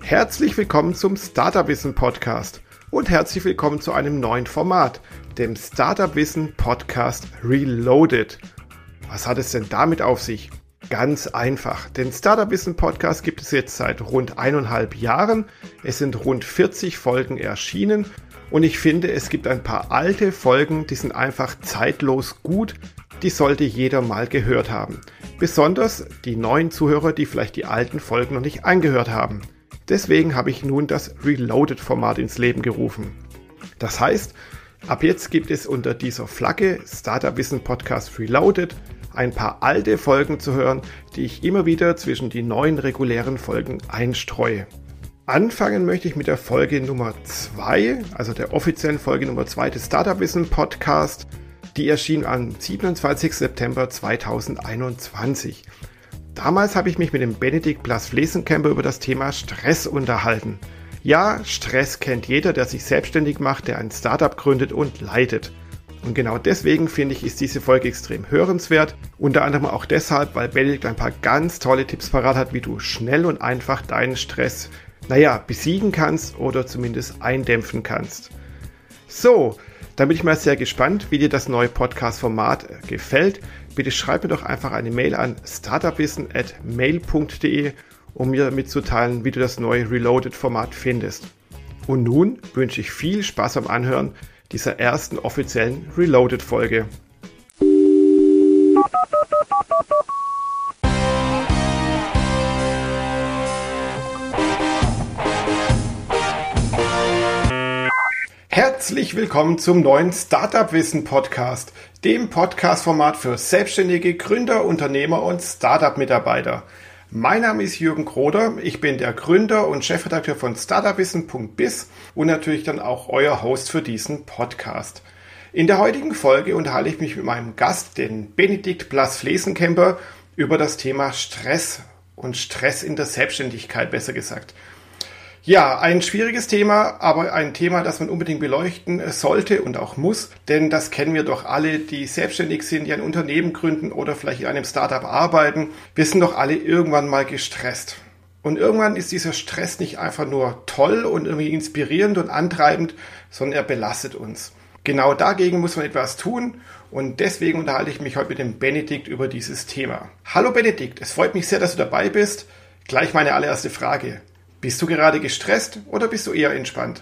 Herzlich willkommen zum Startup Wissen Podcast und herzlich willkommen zu einem neuen Format, dem Startup Wissen Podcast Reloaded. Was hat es denn damit auf sich? Ganz einfach. Den Startup Wissen Podcast gibt es jetzt seit rund 1,5 Jahren. Es sind rund 40 Folgen erschienen und ich finde, es gibt ein paar alte Folgen, die sind einfach zeitlos gut. Die sollte jeder mal gehört haben. Besonders die neuen Zuhörer, die vielleicht die alten Folgen noch nicht angehört haben. Deswegen habe ich nun das Reloaded-Format ins Leben gerufen. Das heißt, ab jetzt gibt es unter dieser Flagge Startup Wissen Podcast Reloaded ein paar alte Folgen zu hören, die ich immer wieder zwischen die neuen regulären Folgen einstreue. Anfangen möchte ich mit der Folge Nummer 2, also der offiziellen Folge Nummer 2 des Startup Wissen Podcast. Die erschien am 27. September 2021. Damals habe ich mich mit dem Benedikt Blas-Flesenkemper über das Thema Stress unterhalten. Ja, Stress kennt jeder, der sich selbstständig macht, der ein Startup gründet und leitet. Und genau deswegen finde ich, ist diese Folge extrem hörenswert. Unter anderem auch deshalb, weil Benedikt ein paar ganz tolle Tipps parat hat, wie du schnell und einfach deinen Stress, besiegen kannst oder zumindest eindämpfen kannst. So, dann bin ich mal sehr gespannt, wie dir das neue Podcast-Format gefällt. Bitte schreib mir doch einfach eine Mail an startupwissen@mail.de, um mir mitzuteilen, wie du das neue Reloaded-Format findest. Und nun wünsche ich viel Spaß am Anhören dieser ersten offiziellen Reloaded-Folge. Herzlich willkommen zum neuen Startup Wissen Podcast, dem Podcast-Format für selbstständige Gründer, Unternehmer und Startup-Mitarbeiter. Mein Name ist Jürgen Kroder, ich bin der Gründer und Chefredakteur von startupwissen.biz und natürlich dann auch euer Host für diesen Podcast. In der heutigen Folge unterhalte ich mich mit meinem Gast, den Benedikt Blas-Flesenkemper, über das Thema Stress und Stress in der Selbstständigkeit, besser gesagt. Ja, ein schwieriges Thema, aber ein Thema, das man unbedingt beleuchten sollte und auch muss, denn das kennen wir doch alle, die selbstständig sind, die ein Unternehmen gründen oder vielleicht in einem Startup arbeiten. Wir sind doch alle irgendwann mal gestresst. Und irgendwann ist dieser Stress nicht einfach nur toll und irgendwie inspirierend und antreibend, sondern er belastet uns. Genau dagegen muss man etwas tun und deswegen unterhalte ich mich heute mit dem Benedikt über dieses Thema. Hallo Benedikt, es freut mich sehr, dass du dabei bist. Gleich meine allererste Frage. Bist du gerade gestresst oder bist du eher entspannt?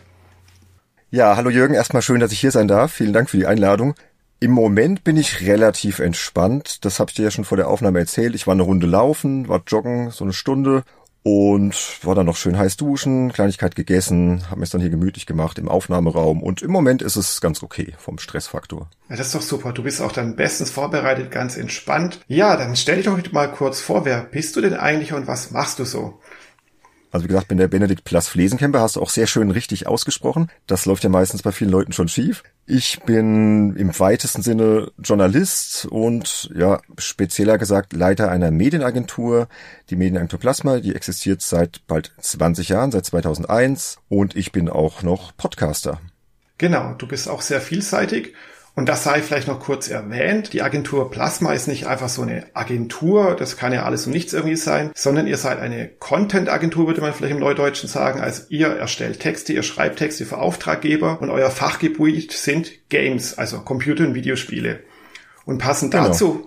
Ja, hallo Jürgen, erstmal schön, dass ich hier sein darf. Vielen Dank für die Einladung. Im Moment bin ich relativ entspannt. Das habe ich dir ja schon vor der Aufnahme erzählt. Ich war eine Runde laufen, war joggen, so eine Stunde und war dann noch schön heiß duschen, Kleinigkeit gegessen, habe mir es dann hier gemütlich gemacht im Aufnahmeraum und im Moment ist es ganz okay vom Stressfaktor. Ja, das ist doch super. Du bist auch dann bestens vorbereitet, ganz entspannt. Ja, dann stell dich doch mal kurz vor, wer bist du denn eigentlich und was machst du so? Also wie gesagt, bin der Benedikt Blas-Flesenkemper, hast du auch sehr schön richtig ausgesprochen. Das läuft ja meistens bei vielen Leuten schon schief. Ich bin im weitesten Sinne Journalist und spezieller gesagt Leiter einer Medienagentur, die Medienagentur Plasma, die existiert seit bald 20 Jahren, seit 2001 und ich bin auch noch Podcaster. Genau, du bist auch sehr vielseitig. Und das sei vielleicht noch kurz erwähnt. Die Agentur Plasma ist nicht einfach so eine Agentur, das kann ja alles und nichts irgendwie sein, sondern ihr seid eine Content-Agentur, würde man vielleicht im Neudeutschen sagen. Also ihr erstellt Texte, ihr schreibt Texte für Auftraggeber und euer Fachgebiet sind Games, also Computer- und Videospiele. Und passend dazu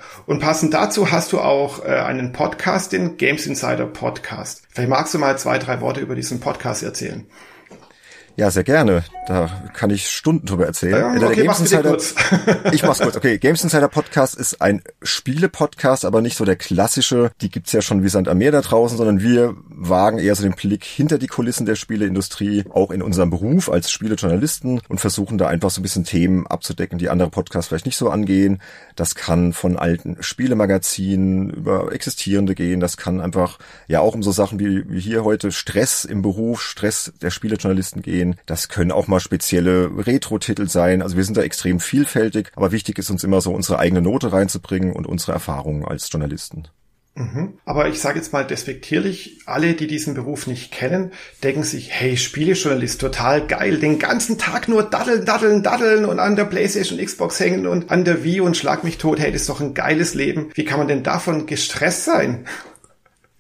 hast du auch einen Podcast, den Games Insider Podcast. Vielleicht magst du mal 2-3 Worte über diesen Podcast erzählen. Ja, sehr gerne. Da kann ich Stunden drüber erzählen. Ja, okay, Games Insider, ich mach's kurz. Okay, Games Insider Podcast ist ein Spiele-Podcast, aber nicht so der klassische. Die gibt's ja schon wie Sand am Meer da draußen, sondern wir wagen eher so den Blick hinter die Kulissen der Spieleindustrie, auch in unserem Beruf als Spielejournalisten und versuchen da einfach so ein bisschen Themen abzudecken, die andere Podcasts vielleicht nicht so angehen. Das kann von alten Spielemagazinen über existierende gehen. Das kann einfach auch um so Sachen wie hier heute Stress im Beruf, Stress der Spielejournalisten gehen. Das können auch mal spezielle Retro-Titel sein. Also wir sind da extrem vielfältig, aber wichtig ist uns immer so unsere eigene Note reinzubringen und unsere Erfahrungen als Journalisten. Aber ich sage jetzt mal despektierlich, alle, die diesen Beruf nicht kennen, denken sich, hey, Spielejournalist, total geil, den ganzen Tag nur daddeln und an der PlayStation, Xbox hängen und an der Wii und schlag mich tot, hey, das ist doch ein geiles Leben. Wie kann man denn davon gestresst sein?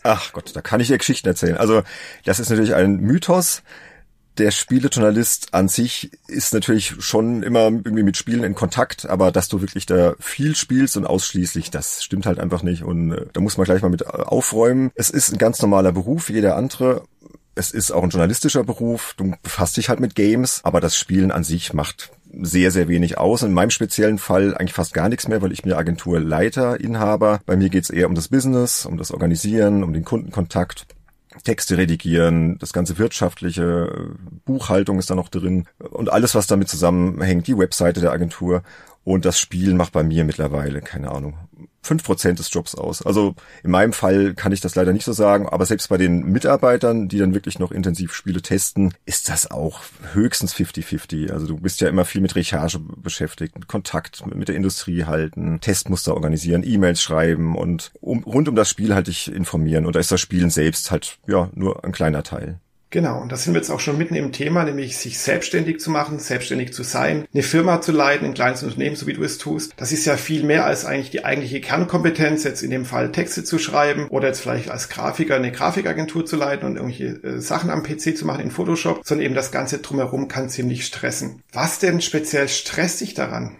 Ach Gott, da kann ich dir Geschichten erzählen. Also das ist natürlich ein Mythos. Der Spielejournalist an sich ist natürlich schon immer irgendwie mit Spielen in Kontakt, aber dass du wirklich da viel spielst und ausschließlich, das stimmt halt einfach nicht und da muss man gleich mal mit aufräumen. Es ist ein ganz normaler Beruf, wie jeder andere. Es ist auch ein journalistischer Beruf. Du befasst dich halt mit Games, aber das Spielen an sich macht sehr, sehr wenig aus. In meinem speziellen Fall eigentlich fast gar nichts mehr, weil ich bin ja Agenturleiter, Inhaber. Bei mir geht's eher um das Business, um das Organisieren, um den Kundenkontakt. Texte redigieren, das ganze wirtschaftliche, Buchhaltung ist da noch drin und alles, was damit zusammenhängt, die Webseite der Agentur und das Spielen macht bei mir mittlerweile, keine Ahnung, 5% des Jobs aus. Also in meinem Fall kann ich das leider nicht so sagen, aber selbst bei den Mitarbeitern, die dann wirklich noch intensiv Spiele testen, ist das auch höchstens 50-50. Also du bist ja immer viel mit Recherche beschäftigt, mit Kontakt mit der Industrie halten, Testmuster organisieren, E-Mails schreiben und rund um das Spiel halt dich informieren. Und da ist das Spielen selbst halt ja nur ein kleiner Teil. Genau, und da sind wir jetzt auch schon mitten im Thema, nämlich sich selbstständig zu machen, selbstständig zu sein, eine Firma zu leiten, ein kleines Unternehmen, so wie du es tust. Das ist ja viel mehr als eigentlich die eigentliche Kernkompetenz, jetzt in dem Fall Texte zu schreiben oder jetzt vielleicht als Grafiker eine Grafikagentur zu leiten und irgendwelche Sachen am PC zu machen in Photoshop, sondern eben das Ganze drumherum kann ziemlich stressen. Was denn speziell stresst dich daran?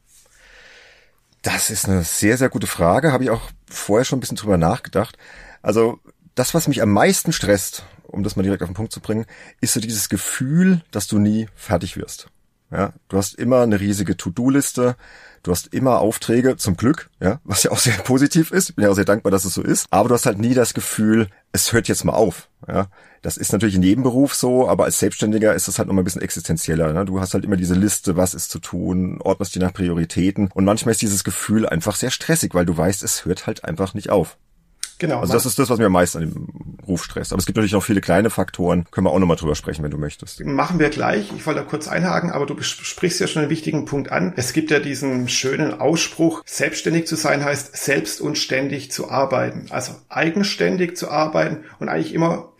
Das ist eine sehr, sehr gute Frage, habe ich auch vorher schon ein bisschen drüber nachgedacht. Also das, was mich am meisten stresst, um das mal direkt auf den Punkt zu bringen, ist so dieses Gefühl, dass du nie fertig wirst. Ja, du hast immer eine riesige To-Do-Liste, du hast immer Aufträge, zum Glück, ja, was ja auch sehr positiv ist. Ich bin ja auch sehr dankbar, dass es so ist. Aber du hast halt nie das Gefühl, es hört jetzt mal auf. Ja, das ist natürlich in jedem Beruf so, aber als Selbstständiger ist es halt nochmal ein bisschen existenzieller. Ne? Du hast halt immer diese Liste, was ist zu tun, ordnest die nach Prioritäten. Und manchmal ist dieses Gefühl einfach sehr stressig, weil du weißt, es hört halt einfach nicht auf. Genau. Also das ist das, was mir am meisten an dem Beruf stresst. Aber es gibt natürlich noch viele kleine Faktoren. Können wir auch nochmal drüber sprechen, wenn du möchtest. Machen wir gleich. Ich wollte da kurz einhaken, aber du sprichst ja schon einen wichtigen Punkt an. Es gibt ja diesen schönen Ausspruch, selbstständig zu sein heißt, selbst und ständig zu arbeiten. Also eigenständig zu arbeiten und eigentlich immer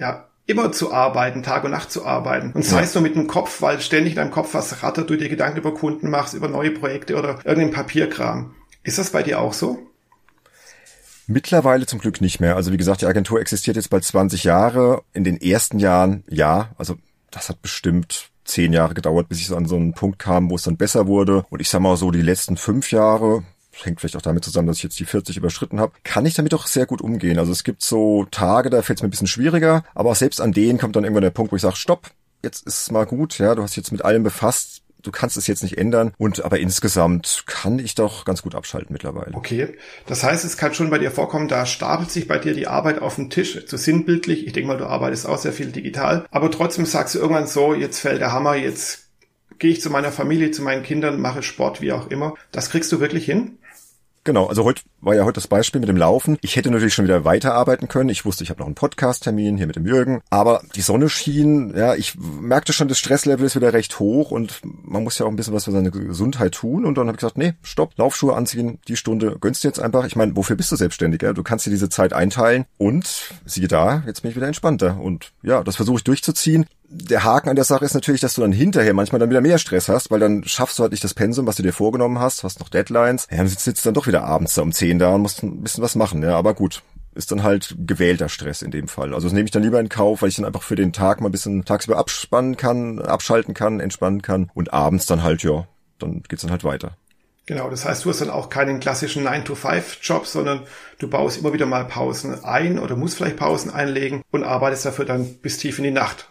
zu arbeiten, Tag und Nacht zu arbeiten. Und sei es nur mit dem Kopf, weil ständig in deinem Kopf was rattert, du dir Gedanken über Kunden machst, über neue Projekte oder irgendeinen Papierkram. Ist das bei dir auch so? Mittlerweile zum Glück nicht mehr. Also wie gesagt, die Agentur existiert jetzt bald 20 Jahre. In den ersten Jahren, ja, also das hat bestimmt 10 Jahre gedauert, bis ich so an so einen Punkt kam, wo es dann besser wurde. Und ich sag mal so, die letzten 5 Jahre, das hängt vielleicht auch damit zusammen, dass ich jetzt die 40 überschritten habe, kann ich damit doch sehr gut umgehen. Also es gibt so Tage, da fällt es mir ein bisschen schwieriger, aber auch selbst an denen kommt dann irgendwann der Punkt, wo ich sage, stopp, jetzt ist es mal gut, ja, du hast dich jetzt mit allem befasst. Du kannst es jetzt nicht ändern aber insgesamt kann ich doch ganz gut abschalten mittlerweile. Okay, das heißt, es kann schon bei dir vorkommen, da stapelt sich bei dir die Arbeit auf den Tisch, so sinnbildlich. Ich denke mal, du arbeitest auch sehr viel digital, aber trotzdem sagst du irgendwann so, jetzt fällt der Hammer, jetzt gehe ich zu meiner Familie, zu meinen Kindern, mache Sport, wie auch immer. Das kriegst du wirklich hin? Genau, also heute das Beispiel mit dem Laufen. Ich hätte natürlich schon wieder weiterarbeiten können. Ich wusste, ich habe noch einen Podcast-Termin hier mit dem Jürgen. Aber die Sonne schien, ja, ich merkte schon, das Stresslevel ist wieder recht hoch und man muss ja auch ein bisschen was für seine Gesundheit tun. Und dann habe ich gesagt, nee, stopp, Laufschuhe anziehen, die Stunde gönnst du jetzt einfach. Ich meine, wofür bist du selbstständig? Ja? Du kannst dir diese Zeit einteilen und siehe da, jetzt bin ich wieder entspannter. Und ja, das versuche ich durchzuziehen. Der Haken an der Sache ist natürlich, dass du dann hinterher manchmal dann wieder mehr Stress hast, weil dann schaffst du halt nicht das Pensum, was du dir vorgenommen hast, hast noch Deadlines. Ja, dann sitzt dann doch wieder abends da um 10 da und musst ein bisschen was machen. Ja, aber gut, ist dann halt gewählter Stress in dem Fall. Also das nehme ich dann lieber in Kauf, weil ich dann einfach für den Tag mal ein bisschen tagsüber abschalten kann, entspannen kann und abends dann halt, ja, dann geht's dann halt weiter. Genau, das heißt, du hast dann auch keinen klassischen 9-to-5-Job, sondern du baust immer wieder mal Pausen ein oder musst vielleicht Pausen einlegen und arbeitest dafür dann bis tief in die Nacht.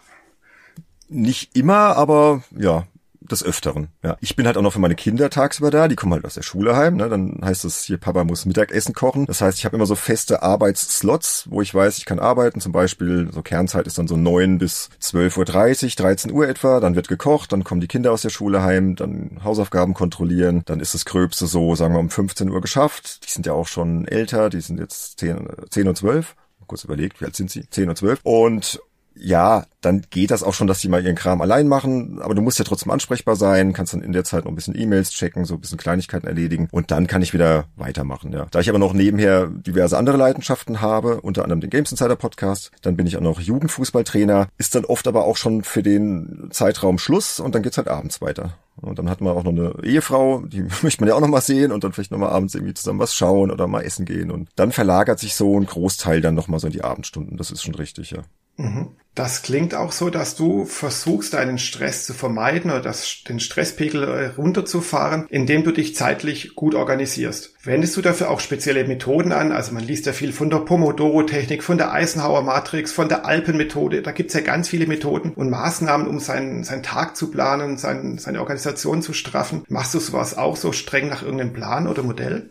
Nicht immer, aber ja, des Öfteren. Ja, ich bin halt auch noch für meine Kinder tagsüber da, die kommen halt aus der Schule heim, ne? Dann heißt es hier, Papa muss Mittagessen kochen. Das heißt, ich habe immer so feste Arbeitsslots, wo ich weiß, ich kann arbeiten. Zum Beispiel, so Kernzeit ist dann so 9 bis 12:30 Uhr, 13 Uhr etwa. Dann wird gekocht, dann kommen die Kinder aus der Schule heim, dann Hausaufgaben kontrollieren. Dann ist das Gröbste so, sagen wir, um 15 Uhr geschafft. Die sind ja auch schon älter, die sind jetzt 10 und 12. Kurz überlegt, wie alt sind sie? 10 und 12. Und ja, dann geht das auch schon, dass die mal ihren Kram allein machen, aber du musst ja trotzdem ansprechbar sein, kannst dann in der Zeit noch ein bisschen E-Mails checken, so ein bisschen Kleinigkeiten erledigen und dann kann ich wieder weitermachen, ja. Da ich aber noch nebenher diverse andere Leidenschaften habe, unter anderem den Games Insider Podcast, dann bin ich auch noch Jugendfußballtrainer, ist dann oft aber auch schon für den Zeitraum Schluss und dann geht's halt abends weiter. Und dann hat man auch noch eine Ehefrau, die möchte man ja auch noch mal sehen und dann vielleicht noch mal abends irgendwie zusammen was schauen oder mal essen gehen. Und dann verlagert sich so ein Großteil dann noch mal so in die Abendstunden. Das ist schon richtig, ja. Das klingt auch so, dass du versuchst, deinen Stress zu vermeiden oder den Stresspegel runterzufahren, indem du dich zeitlich gut organisierst. Wendest du dafür auch spezielle Methoden an? Also man liest ja viel von der Pomodoro-Technik, von der Eisenhower-Matrix, von der Alpen-Methode. Da gibt's ja ganz viele Methoden und Maßnahmen, um seinen Tag zu planen, seine Organisation zu straffen. Machst du sowas auch so streng nach irgendeinem Plan oder Modell?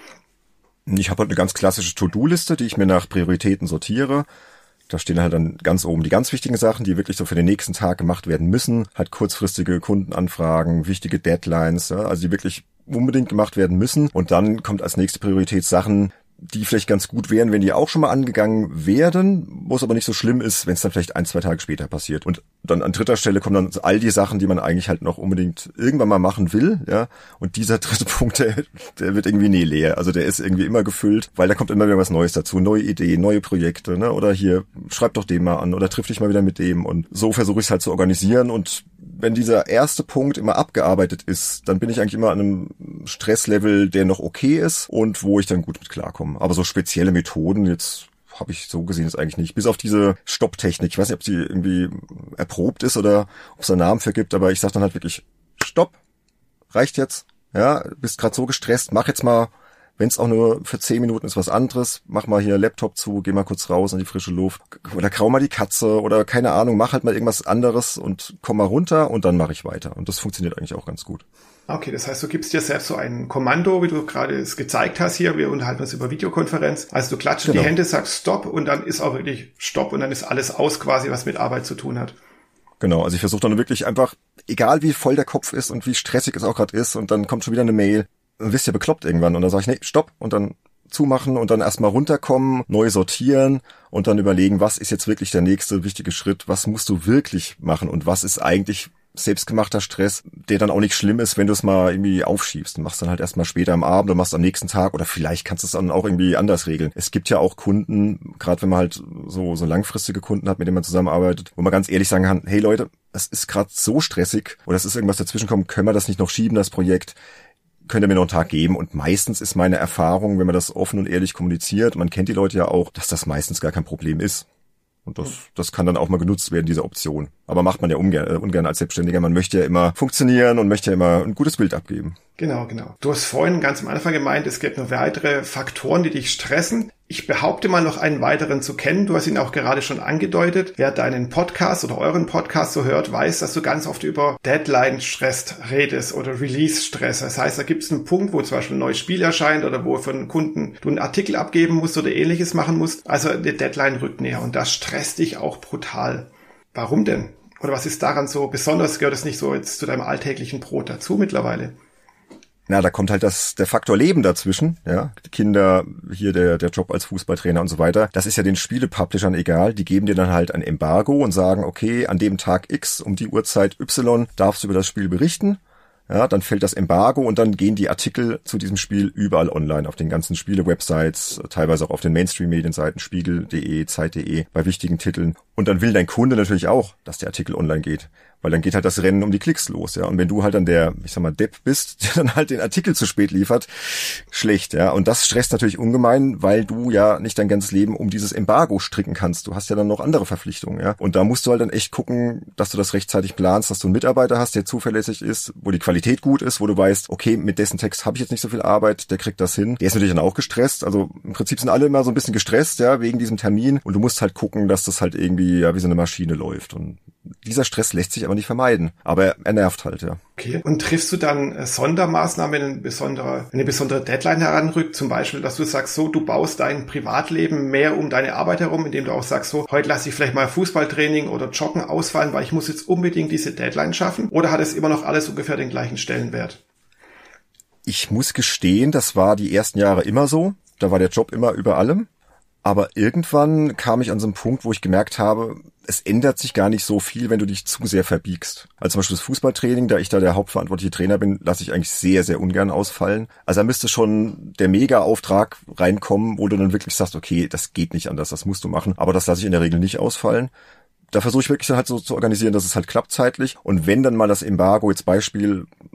Ich habe halt eine ganz klassische To-Do-Liste, die ich mir nach Prioritäten sortiere. Da stehen halt dann ganz oben die ganz wichtigen Sachen, die wirklich so für den nächsten Tag gemacht werden müssen. Halt kurzfristige Kundenanfragen, wichtige Deadlines, ja, also die wirklich unbedingt gemacht werden müssen. Und dann kommt als nächste Priorität Sachen, die vielleicht ganz gut wären, wenn die auch schon mal angegangen werden, wo es aber nicht so schlimm ist, wenn es dann vielleicht 1-2 Tage später passiert. Und dann an dritter Stelle kommen dann all die Sachen, die man eigentlich halt noch unbedingt irgendwann mal machen will, ja. Und dieser dritte Punkt, der wird irgendwie nie leer. Also der ist irgendwie immer gefüllt, weil da kommt immer wieder was Neues dazu. Neue Ideen, neue Projekte, ne? Oder hier, schreib doch den mal an oder triff dich mal wieder mit dem. Und so versuche ich es halt zu organisieren. Und wenn dieser erste Punkt immer abgearbeitet ist, dann bin ich eigentlich immer an einem Stresslevel, der noch okay ist und wo ich dann gut mit klarkomme. Aber so spezielle Methoden jetzt habe ich so gesehen jetzt eigentlich nicht. Bis auf diese Stopptechnik. Ich weiß nicht, ob sie irgendwie erprobt ist oder ob es einen Namen für gibt, aber ich sage dann halt wirklich, Stopp, reicht jetzt. Ja, bist gerade so gestresst, mach jetzt mal, wenn es auch nur für 10 Minuten ist, was anderes, mach mal hier Laptop zu, geh mal kurz raus in die frische Luft oder krau mal die Katze oder keine Ahnung, mach halt mal irgendwas anderes und komm mal runter und dann mache ich weiter. Und das funktioniert eigentlich auch ganz gut. Okay, das heißt, du gibst dir selbst so ein Kommando, wie du gerade es gezeigt hast hier. Wir unterhalten uns über Videokonferenz. Also du klatschst die Hände, sagst Stopp und dann ist auch wirklich Stopp und dann ist alles aus quasi, was mit Arbeit zu tun hat. Genau, also ich versuche dann wirklich einfach, egal wie voll der Kopf ist und wie stressig es auch gerade ist und dann kommt schon wieder eine Mail, dann wirst du ja bekloppt irgendwann und dann sage ich, nee, Stopp und dann zumachen und dann erstmal runterkommen, neu sortieren und dann überlegen, was ist jetzt wirklich der nächste wichtige Schritt, was musst du wirklich machen und was ist eigentlich selbstgemachter Stress, der dann auch nicht schlimm ist, wenn du es mal irgendwie aufschiebst. Du machst dann halt erstmal später am Abend oder machst am nächsten Tag oder vielleicht kannst du es dann auch irgendwie anders regeln. Es gibt ja auch Kunden, gerade wenn man halt so langfristige Kunden hat, mit denen man zusammenarbeitet, wo man ganz ehrlich sagen kann, hey Leute, es ist gerade so stressig oder es ist irgendwas dazwischenkommen, können wir das nicht noch schieben, das Projekt? Könnt ihr mir noch einen Tag geben? Und meistens ist meine Erfahrung, wenn man das offen und ehrlich kommuniziert, man kennt die Leute ja auch, dass das meistens gar kein Problem ist. Und das kann dann auch mal genutzt werden, diese Option. Aber macht man ja ungern als Selbstständiger. Man möchte ja immer funktionieren und möchte ja immer ein gutes Bild abgeben. Genau. Du hast vorhin ganz am Anfang gemeint, es gibt noch weitere Faktoren, die dich stressen. Ich behaupte mal noch einen weiteren zu kennen. Du hast ihn auch gerade schon angedeutet. Wer deinen Podcast oder euren Podcast so hört, weiß, dass du ganz oft über Deadline-Stress redest oder Release-Stress. Das heißt, da gibt es einen Punkt, wo zum Beispiel ein neues Spiel erscheint oder wo von einem Kunden du einen Artikel abgeben musst oder Ähnliches machen musst. Also die Deadline rückt näher und das stresst dich auch brutal. Warum denn? Oder was ist daran so besonders? Gehört es nicht so jetzt zu deinem alltäglichen Brot dazu mittlerweile? Na, da kommt halt der Faktor Leben dazwischen, ja. Die Kinder, hier der Job als Fußballtrainer und so weiter. Das ist ja den Spiele-Publishern egal. Die geben dir dann halt ein Embargo und sagen, okay, an dem Tag X um die Uhrzeit Y darfst du über das Spiel berichten. Ja, dann fällt das Embargo und dann gehen die Artikel zu diesem Spiel überall online, auf den ganzen Spiele-Websites, teilweise auch auf den Mainstream-Medienseiten, Spiegel.de, Zeit.de, bei wichtigen Titeln. Und dann will dein Kunde natürlich auch, dass der Artikel online geht. Weil dann geht halt das Rennen um die Klicks los, ja. Und wenn du halt dann der, ich sag mal, Depp bist, der dann halt den Artikel zu spät liefert, schlecht, ja. Und das stresst natürlich ungemein, weil du ja nicht dein ganzes Leben um dieses Embargo stricken kannst. Du hast ja dann noch andere Verpflichtungen, ja. Und da musst du halt dann echt gucken, dass du das rechtzeitig planst, dass du einen Mitarbeiter hast, der zuverlässig ist, wo die Qualität gut ist, wo du weißt, okay, mit dessen Text habe ich jetzt nicht so viel Arbeit, der kriegt das hin. Der ist natürlich dann auch gestresst. Also im Prinzip sind alle immer so ein bisschen gestresst, ja, wegen diesem Termin. Und du musst halt gucken, dass das halt irgendwie, ja, wie so eine Maschine läuft. Und dieser Stress lässt sich aber nicht vermeiden. Aber er nervt halt, ja. Okay. Und triffst du dann Sondermaßnahmen, wenn eine besondere Deadline heranrückt? Zum Beispiel, dass du sagst, so, du baust dein Privatleben mehr um deine Arbeit herum, indem du auch sagst, so, heute lasse ich vielleicht mal Fußballtraining oder Joggen ausfallen, weil ich muss jetzt unbedingt diese Deadline schaffen? Oder hat es immer noch alles ungefähr den gleichen Stellenwert? Ich muss gestehen, das war die ersten Jahre immer so. Da war der Job immer über allem. Aber irgendwann kam ich an so einen Punkt, wo ich gemerkt habe, es ändert sich gar nicht so viel, wenn du dich zu sehr verbiegst. Also zum Beispiel das Fußballtraining, da ich da der hauptverantwortliche Trainer bin, lasse ich eigentlich sehr, sehr ungern ausfallen. Also da müsste schon der Mega-Auftrag reinkommen, wo du dann wirklich sagst, okay, das geht nicht anders, das musst du machen. Aber das lasse ich in der Regel nicht ausfallen. Da versuche ich wirklich dann halt so zu organisieren, dass es halt klappt zeitlich. Und wenn dann mal das Embargo, jetzt Beispiel,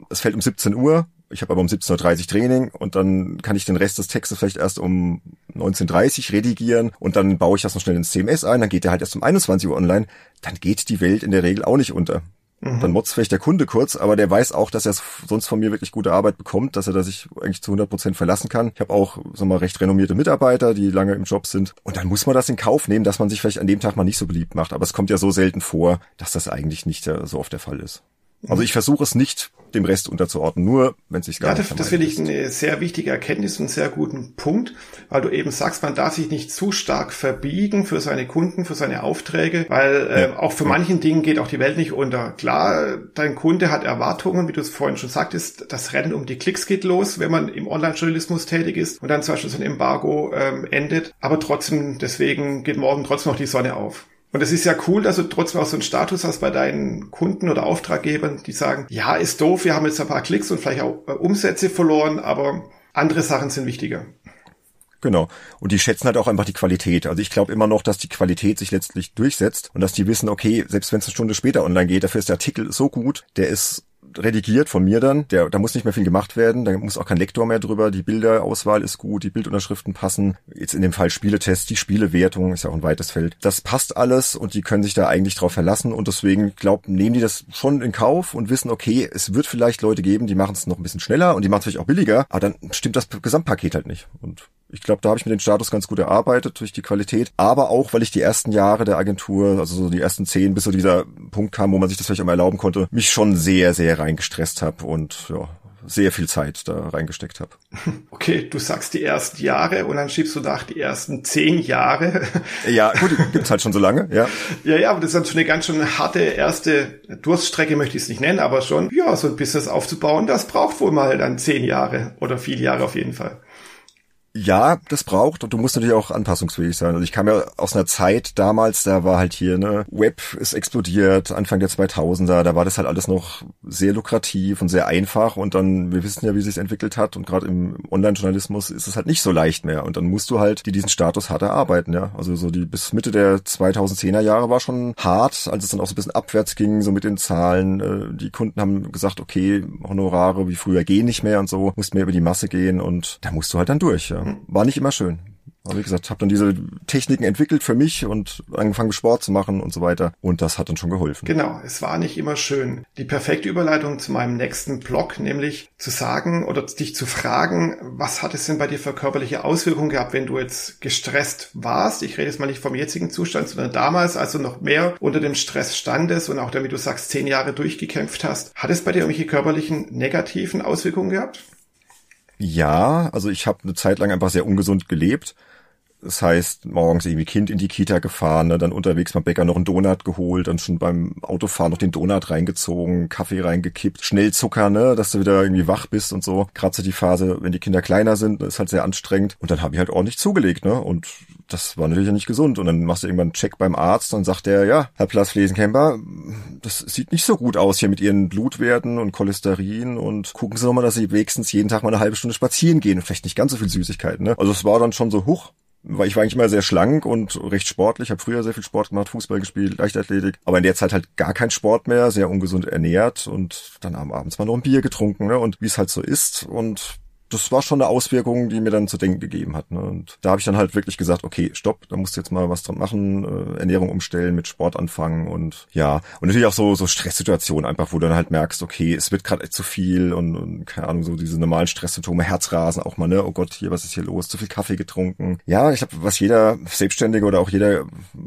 es fällt um 17 Uhr, ich habe aber um 17:30 Uhr Training und dann kann ich den Rest des Textes vielleicht erst um 19:30 Uhr redigieren und dann baue ich das noch schnell ins CMS ein, dann geht der halt erst um 21 Uhr online, dann geht die Welt in der Regel auch nicht unter. Dann motzt vielleicht der Kunde kurz, aber der weiß auch, dass er sonst von mir wirklich gute Arbeit bekommt, dass er da sich eigentlich zu 100% verlassen kann. Ich habe auch, recht renommierte Mitarbeiter, die lange im Job sind. Und dann muss man das in Kauf nehmen, dass man sich vielleicht an dem Tag mal nicht so beliebt macht. Aber es kommt ja so selten vor, dass das eigentlich nicht so oft der Fall ist. Also ich versuche es nicht dem Rest unterzuordnen, nur wenn es sich gar nicht das finde ich eine sehr wichtige Erkenntnis und einen sehr guten Punkt, weil du eben sagst, man darf sich nicht zu stark verbiegen für seine Kunden, für seine Aufträge, weil auch für manchen Dingen geht auch die Welt nicht unter. Klar, dein Kunde hat Erwartungen, wie du es vorhin schon sagtest, das Rennen um die Klicks geht los, wenn man im Online-Journalismus tätig ist und dann zum Beispiel so ein Embargo endet, aber trotzdem, deswegen geht morgen trotzdem noch die Sonne auf. Und es ist ja cool, dass du trotzdem auch so einen Status hast bei deinen Kunden oder Auftraggebern, die sagen, ja, ist doof, wir haben jetzt ein paar Klicks und vielleicht auch Umsätze verloren, aber andere Sachen sind wichtiger. Genau. Und die schätzen halt auch einfach die Qualität. Also ich glaube immer noch, dass die Qualität sich letztlich durchsetzt und dass die wissen, okay, selbst wenn es eine Stunde später online geht, dafür ist der Artikel so gut, der ist redigiert von mir dann, da muss nicht mehr viel gemacht werden, da muss auch kein Lektor mehr drüber, die Bilderauswahl ist gut, die Bildunterschriften passen, jetzt in dem Fall Spieletests, die Spielewertung ist ja auch ein weites Feld. Das passt alles und die können sich da eigentlich drauf verlassen und deswegen, nehmen die das schon in Kauf und wissen, okay, es wird vielleicht Leute geben, die machen es noch ein bisschen schneller und die machen es vielleicht auch billiger, aber dann stimmt das Gesamtpaket halt nicht. Und ich glaube, da habe ich mir den Status ganz gut erarbeitet durch die Qualität, aber auch, weil ich die ersten Jahre der Agentur, also so die ersten 10, bis so dieser Punkt kam, wo man sich das vielleicht auch mal erlauben konnte, mich schon sehr, sehr reingestresst habe und sehr viel Zeit da reingesteckt habe. Okay, du sagst die ersten Jahre und dann schiebst du nach die ersten 10 Jahre. Ja, gut, die gibt's halt schon so lange, ja. Ja, aber das ist dann schon eine ganz schön harte erste Durststrecke, möchte ich es nicht nennen, aber schon, so ein Business aufzubauen, das braucht wohl mal dann 10 Jahre oder viele Jahre auf jeden Fall. Ja, das braucht und du musst natürlich auch anpassungsfähig sein. Also ich kam ja aus einer Zeit damals, da war halt hier, Web ist explodiert, Anfang der 2000er, da war das halt alles noch sehr lukrativ und sehr einfach und dann, wir wissen ja, wie sich entwickelt hat und gerade im Online-Journalismus ist es halt nicht so leicht mehr und dann musst du halt diesen Status hart erarbeiten, ja. Also so bis Mitte der 2010er Jahre war schon hart, als es dann auch so ein bisschen abwärts ging, so mit den Zahlen. Die Kunden haben gesagt, okay, Honorare wie früher gehen nicht mehr und so, musst mehr über die Masse gehen und da musst du halt dann durch, ja. War nicht immer schön. Aber wie gesagt, habe dann diese Techniken entwickelt für mich und angefangen Sport zu machen und so weiter. Und das hat dann schon geholfen. Genau, es war nicht immer schön. Die perfekte Überleitung zu meinem nächsten Blog, nämlich zu sagen oder dich zu fragen, was hat es denn bei dir für körperliche Auswirkungen gehabt, wenn du jetzt gestresst warst? Ich rede jetzt mal nicht vom jetzigen Zustand, sondern damals, als du noch mehr unter dem Stress standest und auch damit du sagst, 10 Jahre durchgekämpft hast. Hat es bei dir irgendwelche körperlichen negativen Auswirkungen gehabt? Ja, also ich habe eine Zeit lang einfach sehr ungesund gelebt. Das heißt, morgens irgendwie Kind in die Kita gefahren, dann unterwegs beim Bäcker noch einen Donut geholt, dann schon beim Autofahren noch den Donut reingezogen, Kaffee reingekippt, schnell Zucker, dass du wieder irgendwie wach bist und so. Gerade so die Phase, wenn die Kinder kleiner sind, ist halt sehr anstrengend. Und dann habe ich halt ordentlich zugelegt, und das war natürlich ja nicht gesund. Und dann machst du irgendwann einen Check beim Arzt, dann sagt der, ja, Herr Plas-Flesenkemper, das sieht nicht so gut aus hier mit Ihren Blutwerten und Cholesterin und gucken Sie doch mal, dass Sie wenigstens jeden Tag mal eine halbe Stunde spazieren gehen und vielleicht nicht ganz so viel Süßigkeiten, Also es war dann schon so, weil ich war eigentlich immer sehr schlank und recht sportlich, habe früher sehr viel Sport gemacht, Fußball gespielt, Leichtathletik, aber in der Zeit halt gar kein Sport mehr, sehr ungesund ernährt und dann abends mal noch ein Bier getrunken, und wie es halt so ist, und das war schon eine Auswirkung, die mir dann zu denken gegeben hat, Und da habe ich dann halt wirklich gesagt, okay, stopp, da musst du jetzt mal was dran machen, Ernährung umstellen, mit Sport anfangen und natürlich auch so Stresssituationen einfach, wo du dann halt merkst, okay, es wird gerade zu viel und keine Ahnung, so diese normalen Stresssymptome, Herzrasen auch mal, oh Gott, hier, was ist hier los? Zu viel Kaffee getrunken. Ja, ich glaube, was jeder Selbstständige oder auch jeder,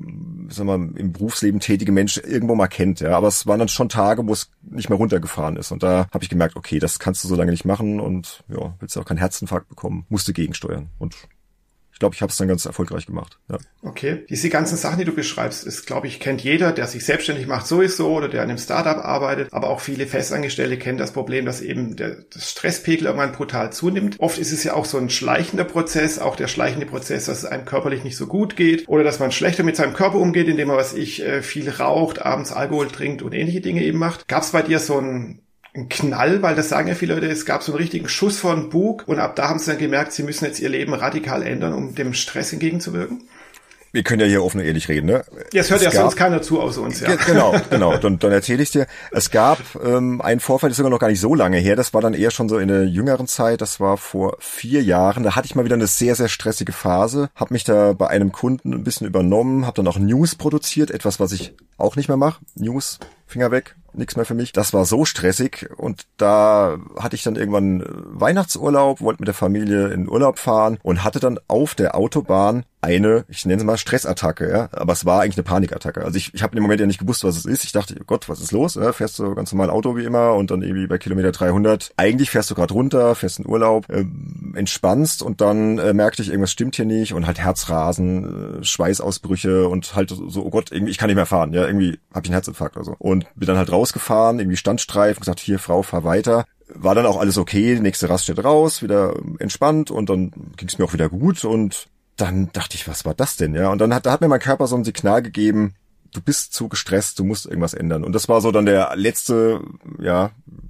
im Berufsleben tätige Mensch irgendwo mal kennt, aber es waren dann schon Tage, wo es nicht mehr runtergefahren ist und da habe ich gemerkt, okay, das kannst du so lange nicht machen und willst auch keinen Herzinfarkt bekommen, musste gegensteuern. Und ich glaube, ich habe es dann ganz erfolgreich gemacht. Ja. Okay. Diese ganzen Sachen, die du beschreibst, ist, glaube ich, kennt jeder, der sich selbstständig macht sowieso oder der in einem Startup arbeitet. Aber auch viele Festangestellte kennen das Problem, dass eben das Stresspegel irgendwann brutal zunimmt. Oft ist es ja auch so ein schleichender Prozess, auch der schleichende Prozess, dass es einem körperlich nicht so gut geht oder dass man schlechter mit seinem Körper umgeht, indem man, viel raucht, abends Alkohol trinkt und ähnliche Dinge eben macht. Gab es bei dir so ein Knall, weil das sagen ja viele Leute, es gab so einen richtigen Schuss von Bug und ab da haben sie dann gemerkt, sie müssen jetzt ihr Leben radikal ändern, um dem Stress entgegenzuwirken? Wir können ja hier offen und ehrlich reden, ne? Jetzt hört ja sonst keiner zu außer uns, ja. Genau. Dann erzähle ich dir. Es gab einen Vorfall, das ist sogar noch gar nicht so lange her. Das war dann eher schon so in der jüngeren Zeit. Das war vor 4 Jahren. Da hatte ich mal wieder eine sehr, sehr stressige Phase. Hab mich da bei einem Kunden ein bisschen übernommen. Hab dann auch News produziert. Etwas, was ich auch nicht mehr mache. News, Finger weg. Nichts mehr für mich. Das war so stressig und da hatte ich dann irgendwann Weihnachtsurlaub, wollte mit der Familie in Urlaub fahren und hatte dann auf der Autobahn eine, ich nenne es mal Stressattacke, ja, aber es war eigentlich eine Panikattacke. Also ich habe im Moment ja nicht gewusst, was es ist. Ich dachte, oh Gott, was ist los? Ja, fährst du ganz normal Auto wie immer und dann irgendwie bei Kilometer 300. Eigentlich fährst du gerade runter, fährst in Urlaub, entspannst und dann merkte ich, irgendwas stimmt hier nicht und halt Herzrasen, Schweißausbrüche und halt so, oh Gott, irgendwie ich kann nicht mehr fahren. Ja, irgendwie habe ich einen Herzinfarkt oder so. Und bin dann halt rausgefahren, irgendwie Standstreifen, gesagt, hier Frau, fahr weiter. War dann auch alles okay, nächste Raststätte raus, wieder entspannt und dann ging es mir auch wieder gut und dann dachte ich, was war das denn, ja? Und dann hat mir mein Körper so ein Signal gegeben, du bist zu gestresst, du musst irgendwas ändern. Und das war so dann der letzte, ja,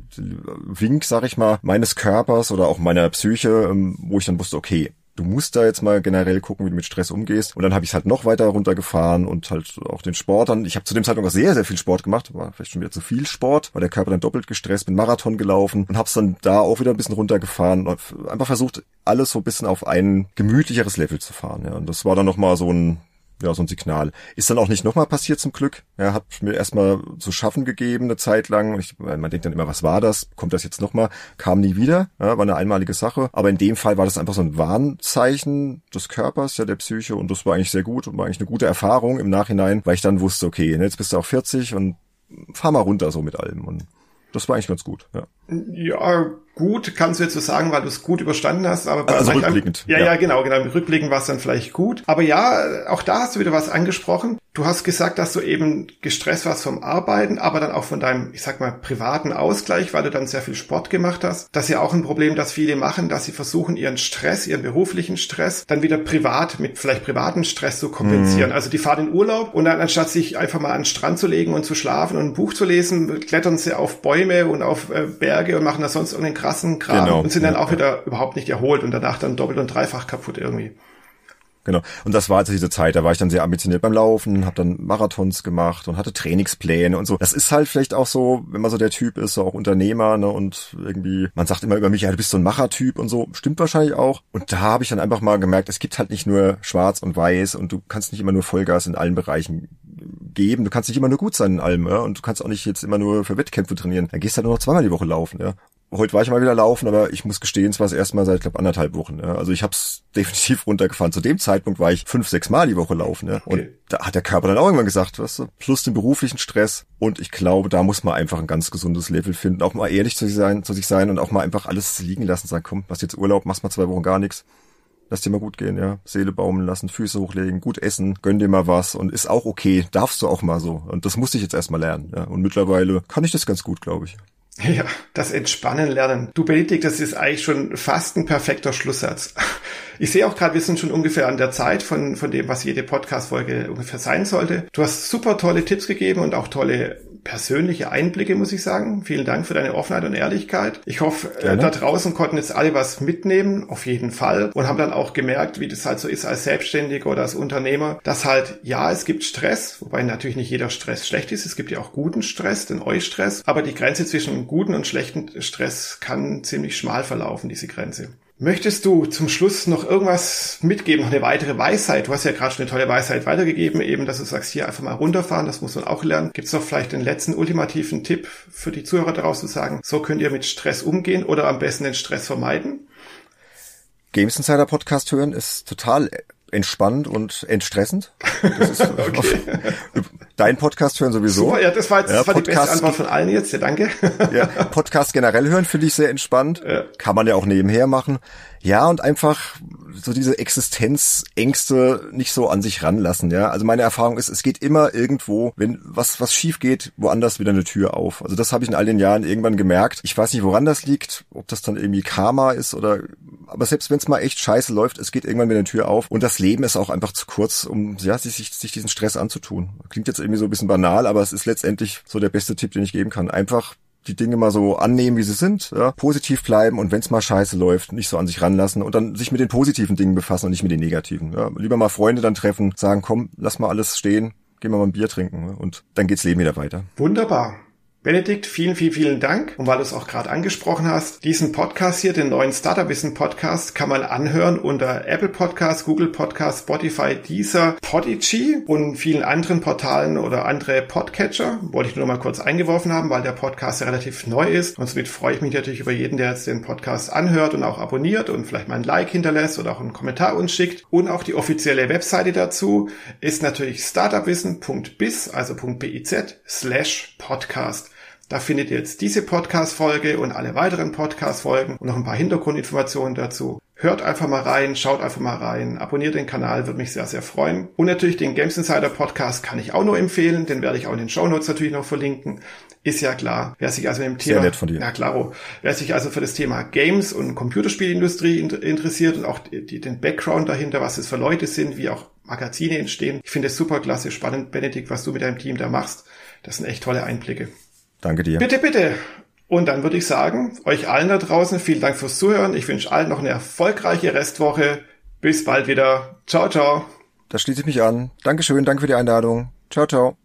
Wink, sag ich mal, meines Körpers oder auch meiner Psyche, wo ich dann wusste, okay, du musst da jetzt mal generell gucken, wie du mit Stress umgehst. Und dann habe ich es halt noch weiter runtergefahren und halt auch den Sport dann. Ich habe zu dem Zeitpunkt auch sehr, sehr viel Sport gemacht. War vielleicht schon wieder zu viel Sport, weil der Körper dann doppelt gestresst, bin Marathon gelaufen und habe es dann da auch wieder ein bisschen runtergefahren und einfach versucht, alles so ein bisschen auf ein gemütlicheres Level zu fahren. Ja. Und das war dann nochmal so ein Signal. Ist dann auch nicht nochmal passiert zum Glück. Er hat mir erstmal zu schaffen gegeben eine Zeit lang. Man denkt dann immer, was war das? Kommt das jetzt nochmal? Kam nie wieder. Ja, war eine einmalige Sache. Aber in dem Fall war das einfach so ein Warnzeichen des Körpers, ja, der Psyche. Und das war eigentlich sehr gut und war eigentlich eine gute Erfahrung im Nachhinein, weil ich dann wusste, okay, jetzt bist du auch 40 und fahr mal runter so mit allem. Und das war eigentlich ganz gut, ja. Ja, gut, kannst du jetzt so sagen, weil du es gut überstanden hast, aber bei also rückblickend. Ja, genau, rückblickend war es dann vielleicht gut. Aber ja, auch da hast du wieder was angesprochen. Du hast gesagt, dass du eben gestresst warst vom Arbeiten, aber dann auch von deinem, ich sag mal, privaten Ausgleich, weil du dann sehr viel Sport gemacht hast. Das ist ja auch ein Problem, das viele machen, dass sie versuchen, ihren Stress, ihren beruflichen Stress, dann wieder privat mit vielleicht privatem Stress zu kompensieren. Also die fahren in Urlaub und dann anstatt sich einfach mal an den Strand zu legen und zu schlafen und ein Buch zu lesen, klettern sie auf Bäume und auf Berge und machen da sonst irgendeinen krassen Kram und sind dann auch wieder überhaupt nicht erholt und danach dann doppelt und dreifach kaputt irgendwie. Genau. Und das war also diese Zeit, da war ich dann sehr ambitioniert beim Laufen, habe dann Marathons gemacht und hatte Trainingspläne und so. Das ist halt vielleicht auch so, wenn man so der Typ ist, so auch Unternehmer, ne, und irgendwie, man sagt immer über mich, ja, du bist so ein Machertyp und so. Stimmt wahrscheinlich auch. Und da habe ich dann einfach mal gemerkt, es gibt halt nicht nur schwarz und weiß und du kannst nicht immer nur Vollgas in allen Bereichen geben. Du kannst nicht immer nur gut sein in allem, ja, und du kannst auch nicht jetzt immer nur für Wettkämpfe trainieren. Dann gehst du halt nur noch 2-mal die Woche laufen, ja. Heute war ich mal wieder laufen, aber ich muss gestehen, es war das erste Mal seit, 1,5 Wochen. Ja. Also ich habe es definitiv runtergefahren. Zu dem Zeitpunkt war ich 5-6 Mal die Woche laufen. Ja. Und da hat der Körper dann auch irgendwann gesagt, weißt du, plus den beruflichen Stress. Und ich glaube, da muss man einfach ein ganz gesundes Level finden. Auch mal ehrlich zu sich sein und auch mal einfach alles liegen lassen. Sagen, komm, machst jetzt Urlaub, machst mal 2 Wochen gar nichts. Lass dir mal gut gehen, ja. Seele baumeln lassen, Füße hochlegen, gut essen, gönn dir mal was und ist auch okay. Darfst du auch mal so. Und das musste ich jetzt erstmal lernen. Ja. Und mittlerweile kann ich das ganz gut, glaube ich. Ja, das Entspannen lernen. Du, Benedikt, das ist eigentlich schon fast ein perfekter Schlusssatz. Ich sehe auch gerade, wir sind schon ungefähr an der Zeit von dem, was jede Podcast-Folge ungefähr sein sollte. Du hast super tolle Tipps gegeben und auch tolle persönliche Einblicke, muss ich sagen. Vielen Dank für deine Offenheit und Ehrlichkeit. Ich hoffe, da draußen konnten jetzt alle was mitnehmen, auf jeden Fall. Und haben dann auch gemerkt, wie das halt so ist als Selbstständiger oder als Unternehmer, dass halt, ja, es gibt Stress, wobei natürlich nicht jeder Stress schlecht ist. Es gibt ja auch guten Stress, den Eustress. Aber die Grenze zwischen guten und schlechten Stress kann ziemlich schmal verlaufen, diese Grenze. Möchtest du zum Schluss noch irgendwas mitgeben, noch eine weitere Weisheit? Du hast ja gerade schon eine tolle Weisheit weitergegeben, eben, dass du sagst, hier einfach mal runterfahren, das muss man auch lernen. Gibt es noch vielleicht den letzten ultimativen Tipp für die Zuhörer daraus zu sagen, so könnt ihr mit Stress umgehen oder am besten den Stress vermeiden? Games Insider Podcast hören ist total entspannend und entstressend. Das ist okay. Dein Podcast hören sowieso. Super, ja, das war die beste Antwort von allen jetzt, ja, danke. Ja, Podcast generell hören finde ich sehr entspannt. Ja. Kann man ja auch nebenher machen. Ja, und einfach so diese Existenzängste nicht so an sich ranlassen, ja. Also meine Erfahrung ist, es geht immer irgendwo, wenn was schief geht, woanders wieder eine Tür auf. Also das habe ich in all den Jahren irgendwann gemerkt. Ich weiß nicht, woran das liegt, ob das dann irgendwie Karma ist aber selbst wenn es mal echt scheiße läuft, es geht irgendwann wieder eine Tür auf. Und das Leben ist auch einfach zu kurz, um sich diesen Stress anzutun. Klingt jetzt irgendwie so ein bisschen banal, aber es ist letztendlich so der beste Tipp, den ich geben kann. Einfach die Dinge mal so annehmen, wie sie sind, ja, positiv bleiben und wenn es mal scheiße läuft, nicht so an sich ranlassen und dann sich mit den positiven Dingen befassen und nicht mit den negativen. Ja. Lieber mal Freunde dann treffen, sagen, komm, lass mal alles stehen, gehen wir mal ein Bier trinken, ja, und dann geht's Leben wieder weiter. Wunderbar. Benedikt, vielen Dank. Und weil du es auch gerade angesprochen hast, diesen Podcast hier, den neuen Startup-Wissen Podcast, kann man anhören unter Apple Podcasts, Google Podcasts, Spotify, Deezer, Podigy und vielen anderen Portalen oder andere Podcatcher. Wollte ich nur noch mal kurz eingeworfen haben, weil der Podcast ja relativ neu ist. Und somit freue ich mich natürlich über jeden, der jetzt den Podcast anhört und auch abonniert und vielleicht mal ein Like hinterlässt oder auch einen Kommentar uns schickt. Und auch die offizielle Webseite dazu ist natürlich startupwissen.biz, also .biz/podcast. Da findet ihr jetzt diese Podcast-Folge und alle weiteren Podcast-Folgen und noch ein paar Hintergrundinformationen dazu. Hört einfach mal rein, schaut einfach mal rein, abonniert den Kanal, würde mich sehr, sehr freuen. Und natürlich den Games Insider Podcast kann ich auch nur empfehlen, den werde ich auch in den Shownotes natürlich noch verlinken. Ist ja klar. Wer sich also mit dem Thema, sehr nett von dir. Ja, klaro. Wer sich also für das Thema Games und Computerspielindustrie interessiert und auch den Background dahinter, was es für Leute sind, wie auch Magazine entstehen. Ich finde es super klasse, spannend, Benedikt, was du mit deinem Team da machst. Das sind echt tolle Einblicke. Danke dir. Bitte, bitte. Und dann würde ich sagen, euch allen da draußen vielen Dank fürs Zuhören. Ich wünsche allen noch eine erfolgreiche Restwoche. Bis bald wieder. Ciao, ciao. Da schließe ich mich an. Dankeschön, danke für die Einladung. Ciao, ciao.